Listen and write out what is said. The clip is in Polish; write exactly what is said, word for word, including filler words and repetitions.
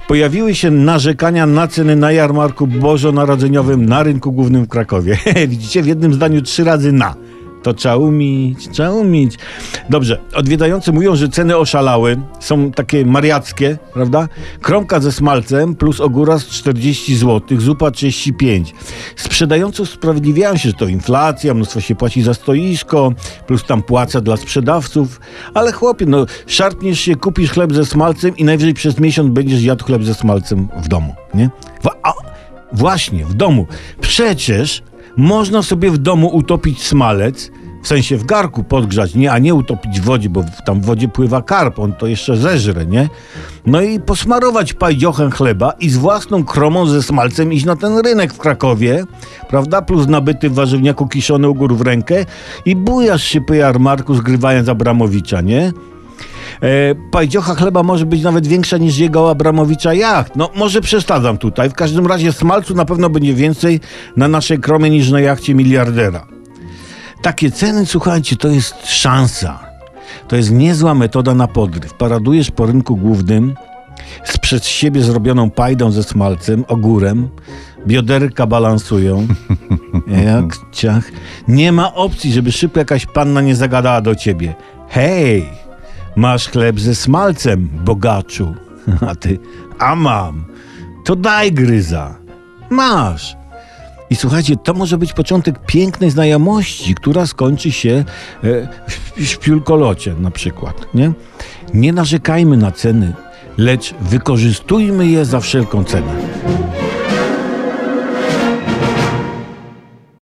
Pojawiły się narzekania na ceny na jarmarku bożonarodzeniowym na rynku głównym w Krakowie. Widzicie, w jednym zdaniu trzy razy na. To trzeba umieć, trzeba umieć. Dobrze, odwiedzający mówią, że ceny oszalały, są takie mariackie, prawda? Kromka ze smalcem plus ogóras czterdzieści złotych, zupa trzydzieści pięć. Sprzedający usprawiedliwiają się, że to inflacja, mnóstwo się płaci za stoisko, plus tam płaca dla sprzedawców. Ale chłopie, no szarpniesz się, kupisz chleb ze smalcem i najwyżej przez miesiąc będziesz jadł chleb ze smalcem w domu, nie? W, a, właśnie, w domu. Przecież można sobie w domu utopić smalec, w sensie w garku podgrzać, nie, a nie utopić w wodzie, bo tam w wodzie pływa karp, on to jeszcze zeżre, nie? No i posmarować pajdziochem chleba i z własną kromą ze smalcem iść na ten rynek w Krakowie, prawda? Plus nabyty w warzywniaku kiszony ogór w rękę i bujasz się po jarmarku, zgrywając Abramowicza, nie? E, pajdziocha chleba może być nawet większa niż jego Abramowicza jacht. No może przesadzam tutaj. W każdym razie smalcu na pewno będzie więcej na naszej kromie niż na jachcie miliardera. Takie ceny, słuchajcie, to jest szansa. To jest niezła metoda na podryw. Paradujesz po rynku głównym z przed siebie zrobioną pajdą ze smalcem, ogórem, bioderka balansują. Jak ciach. Nie ma opcji, żeby szybko jakaś panna nie zagadała do ciebie. Hej! Masz chleb ze smalcem, bogaczu. A ty, a mam. To daj gryza. Masz. I słuchajcie, to może być początek pięknej znajomości, która skończy się e, w śpiulkolocie na przykład. Nie? Nie narzekajmy na ceny, lecz wykorzystujmy je za wszelką cenę.